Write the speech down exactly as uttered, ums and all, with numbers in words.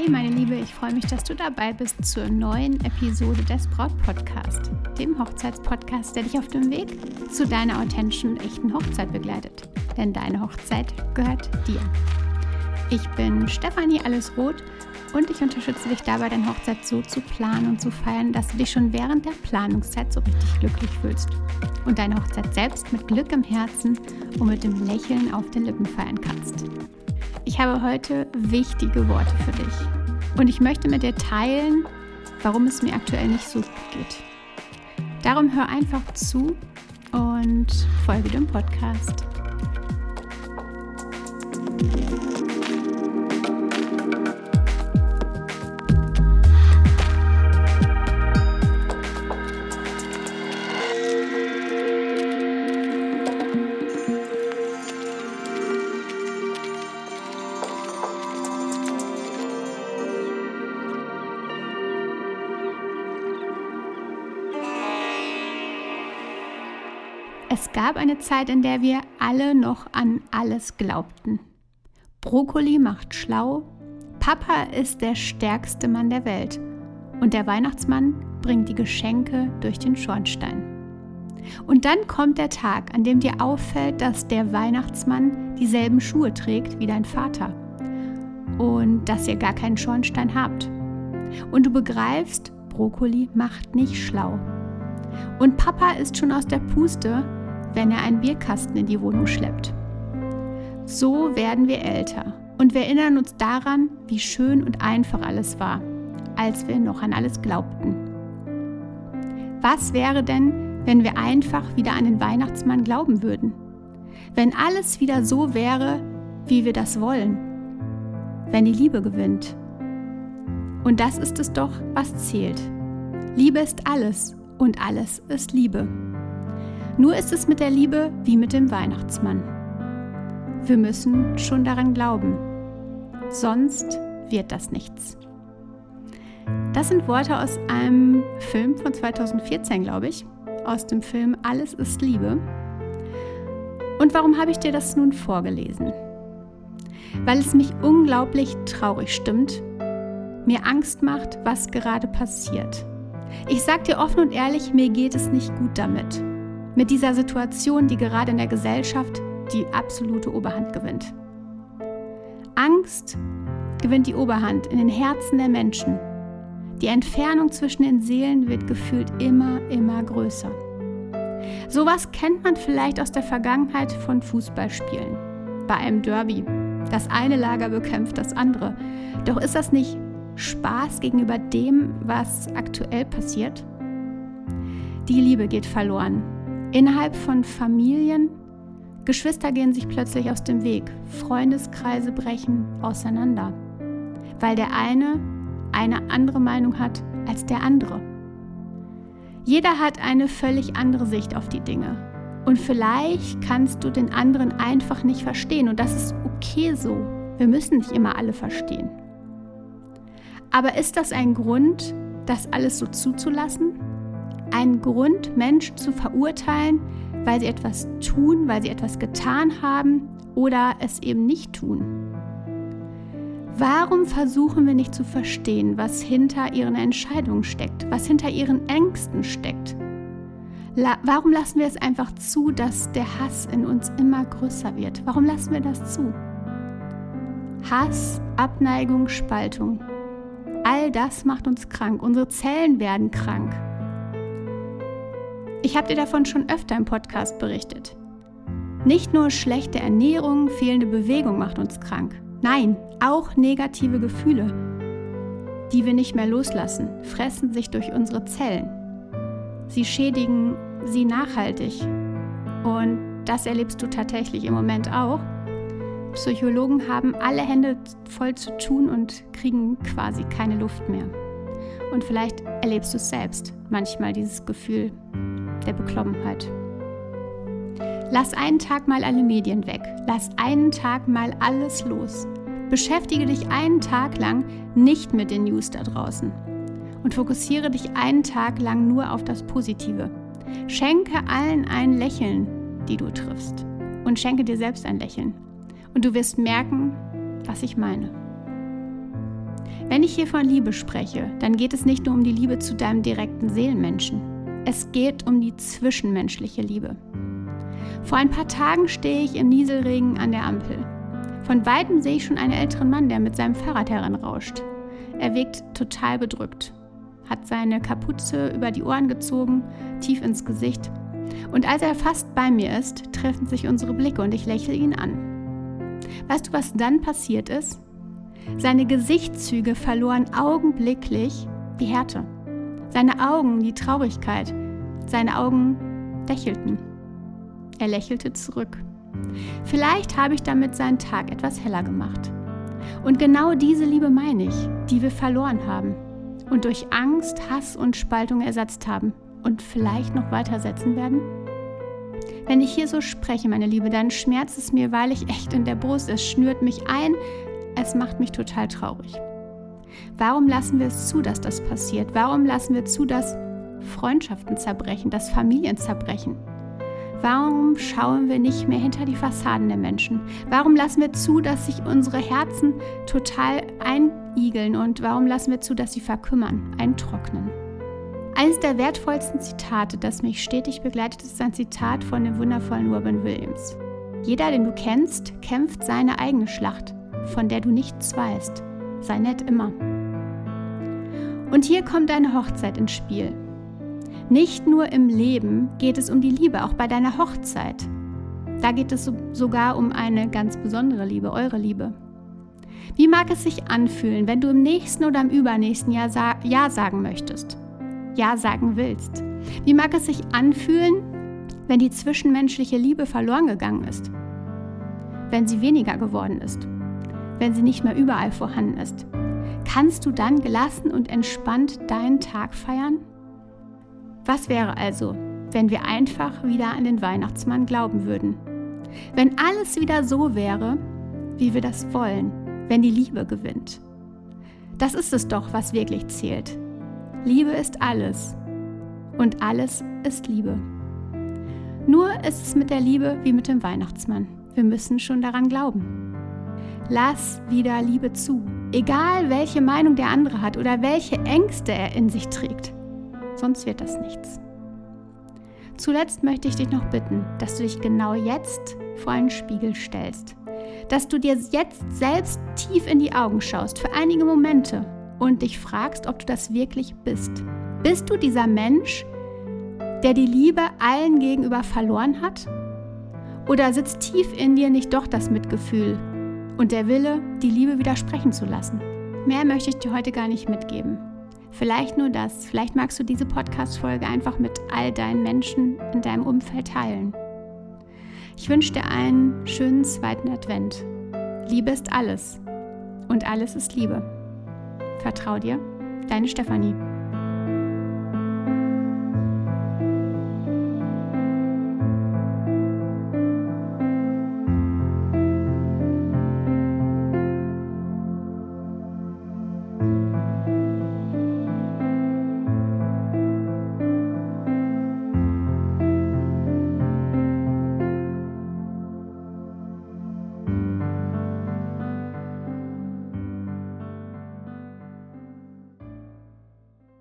Hey meine Liebe, ich freue mich, dass du dabei bist zur neuen Episode des Braut-Podcast, dem Hochzeitspodcast, der dich auf dem Weg zu deiner authentischen und echten Hochzeit begleitet. Denn deine Hochzeit gehört dir. Ich bin Stefanie Allesroth und ich unterstütze dich dabei, deine Hochzeit so zu planen und zu feiern, dass du dich schon während der Planungszeit so richtig glücklich fühlst und deine Hochzeit selbst mit Glück im Herzen und mit dem Lächeln auf den Lippen feiern kannst. Ich habe heute wichtige Worte für dich und ich möchte mit dir teilen, warum es mir aktuell nicht so gut geht. Darum hör einfach zu und folge dem Podcast. Es gab eine Zeit, in der wir alle noch an alles glaubten. Brokkoli macht schlau, Papa ist der stärkste Mann der Welt und der Weihnachtsmann bringt die Geschenke durch den Schornstein. Und dann kommt der Tag, an dem dir auffällt, dass der Weihnachtsmann dieselben Schuhe trägt wie dein Vater und dass ihr gar keinen Schornstein habt. Und du begreifst, Brokkoli macht nicht schlau. Und Papa ist schon aus der Puste, wenn er einen Bierkasten in die Wohnung schleppt. So werden wir älter und wir erinnern uns daran, wie schön und einfach alles war, als wir noch an alles glaubten. Was wäre denn, wenn wir einfach wieder an den Weihnachtsmann glauben würden? Wenn alles wieder so wäre, wie wir das wollen? Wenn die Liebe gewinnt? Und das ist es doch, was zählt. Liebe ist alles und alles ist Liebe. Nur ist es mit der Liebe wie mit dem Weihnachtsmann. Wir müssen schon daran glauben, sonst wird das nichts. Das sind Worte aus einem Film von zweitausendvierzehn, glaube ich, aus dem Film Alles ist Liebe. Und warum habe ich dir das nun vorgelesen? Weil es mich unglaublich traurig stimmt, mir Angst macht, was gerade passiert. Ich sage dir offen und ehrlich, mir geht es nicht gut damit. Mit dieser Situation, die gerade in der Gesellschaft die absolute Oberhand gewinnt. Angst gewinnt die Oberhand in den Herzen der Menschen. Die Entfernung zwischen den Seelen wird gefühlt immer, immer größer. Sowas kennt man vielleicht aus der Vergangenheit von Fußballspielen. Bei einem Derby. Das eine Lager bekämpft das andere. Doch ist das nicht Spaß gegenüber dem, was aktuell passiert? Die Liebe geht verloren. Innerhalb von Familien, Geschwister gehen sich plötzlich aus dem Weg, Freundeskreise brechen auseinander, weil der eine eine andere Meinung hat als der andere. Jeder hat eine völlig andere Sicht auf die Dinge und vielleicht kannst du den anderen einfach nicht verstehen und das ist okay so, wir müssen nicht immer alle verstehen. Aber ist das ein Grund, das alles so zuzulassen? Ein Grund, Menschen zu verurteilen, weil sie etwas tun, weil sie etwas getan haben oder es eben nicht tun? Warum versuchen wir nicht zu verstehen, was hinter ihren Entscheidungen steckt, was hinter ihren Ängsten steckt? La- warum lassen wir es einfach zu, dass der Hass in uns immer größer wird? Warum lassen wir das zu? Hass, Abneigung, Spaltung. All das macht uns krank. Unsere Zellen werden krank. Ich habe dir davon schon öfter im Podcast berichtet. Nicht nur schlechte Ernährung, fehlende Bewegung macht uns krank. Nein, auch negative Gefühle, die wir nicht mehr loslassen, fressen sich durch unsere Zellen. Sie schädigen sie nachhaltig. Und das erlebst du tatsächlich im Moment auch. Psychologen haben alle Hände voll zu tun und kriegen quasi keine Luft mehr. Und vielleicht erlebst du es selbst, manchmal dieses Gefühl der Beklommenheit. Lass einen Tag mal alle Medien weg. Lass einen Tag mal alles los. Beschäftige dich einen Tag lang nicht mit den News da draußen. Und fokussiere dich einen Tag lang nur auf das Positive. Schenke allen ein Lächeln, die du triffst. Und schenke dir selbst ein Lächeln. Und du wirst merken, was ich meine. Wenn ich hier von Liebe spreche, dann geht es nicht nur um die Liebe zu deinem direkten Seelenmenschen. Es geht um die zwischenmenschliche Liebe. Vor ein paar Tagen stehe ich im Nieselregen an der Ampel. Von Weitem sehe ich schon einen älteren Mann, der mit seinem Fahrrad heranrauscht. Er wirkt total bedrückt, hat seine Kapuze über die Ohren gezogen, tief ins Gesicht. Und als er fast bei mir ist, treffen sich unsere Blicke und ich lächle ihn an. Weißt du, was dann passiert ist? Seine Gesichtszüge verloren augenblicklich die Härte. Seine Augen die Traurigkeit. Seine Augen lächelten. Er lächelte zurück. Vielleicht habe ich damit seinen Tag etwas heller gemacht. Und genau diese Liebe meine ich, die wir verloren haben und durch Angst, Hass und Spaltung ersetzt haben und vielleicht noch weitersetzen werden. Wenn ich hier so spreche, meine Liebe, dann schmerzt es mir, weil ich echt in der Brust, es schnürt mich ein, es macht mich total traurig. Warum lassen wir es zu, dass das passiert? Warum lassen wir zu, dass Freundschaften zerbrechen, dass Familien zerbrechen? Warum schauen wir nicht mehr hinter die Fassaden der Menschen? Warum lassen wir zu, dass sich unsere Herzen total einigeln? Und warum lassen wir zu, dass sie verkümmern, eintrocknen? Eines der wertvollsten Zitate, das mich stetig begleitet, ist ein Zitat von dem wundervollen Robin Williams. Jeder, den du kennst, kämpft seine eigene Schlacht, von der du nichts weißt. Sei nett immer. Und hier kommt deine Hochzeit ins Spiel. Nicht nur im Leben geht es um die Liebe, auch bei deiner Hochzeit. Da geht es so, sogar um eine ganz besondere Liebe, eure Liebe. Wie mag es sich anfühlen, wenn du im nächsten oder im übernächsten Jahr sa- Ja sagen möchtest? Ja sagen willst? Wie mag es sich anfühlen, wenn die zwischenmenschliche Liebe verloren gegangen ist? Wenn sie weniger geworden ist? Wenn sie nicht mehr überall vorhanden ist? Kannst du dann gelassen und entspannt deinen Tag feiern? Was wäre also, wenn wir einfach wieder an den Weihnachtsmann glauben würden? Wenn alles wieder so wäre, wie wir das wollen, wenn die Liebe gewinnt? Das ist es doch, was wirklich zählt. Liebe ist alles und alles ist Liebe. Nur ist es mit der Liebe wie mit dem Weihnachtsmann. Wir müssen schon daran glauben. Lass wieder Liebe zu, egal welche Meinung der andere hat oder welche Ängste er in sich trägt. Sonst wird das nichts. Zuletzt möchte ich dich noch bitten, dass du dich genau jetzt vor einen Spiegel stellst. Dass du dir jetzt selbst tief in die Augen schaust für einige Momente und dich fragst, ob du das wirklich bist. Bist du dieser Mensch, der die Liebe allen gegenüber verloren hat? Oder sitzt tief in dir nicht doch das Mitgefühl und der Wille, die Liebe wieder sprechen zu lassen? Mehr möchte ich dir heute gar nicht mitgeben. Vielleicht nur das. Vielleicht magst du diese Podcast-Folge einfach mit all deinen Menschen in deinem Umfeld teilen. Ich wünsche dir einen schönen zweiten Advent. Liebe ist alles und alles ist Liebe. Vertrau dir, deine Stefanie.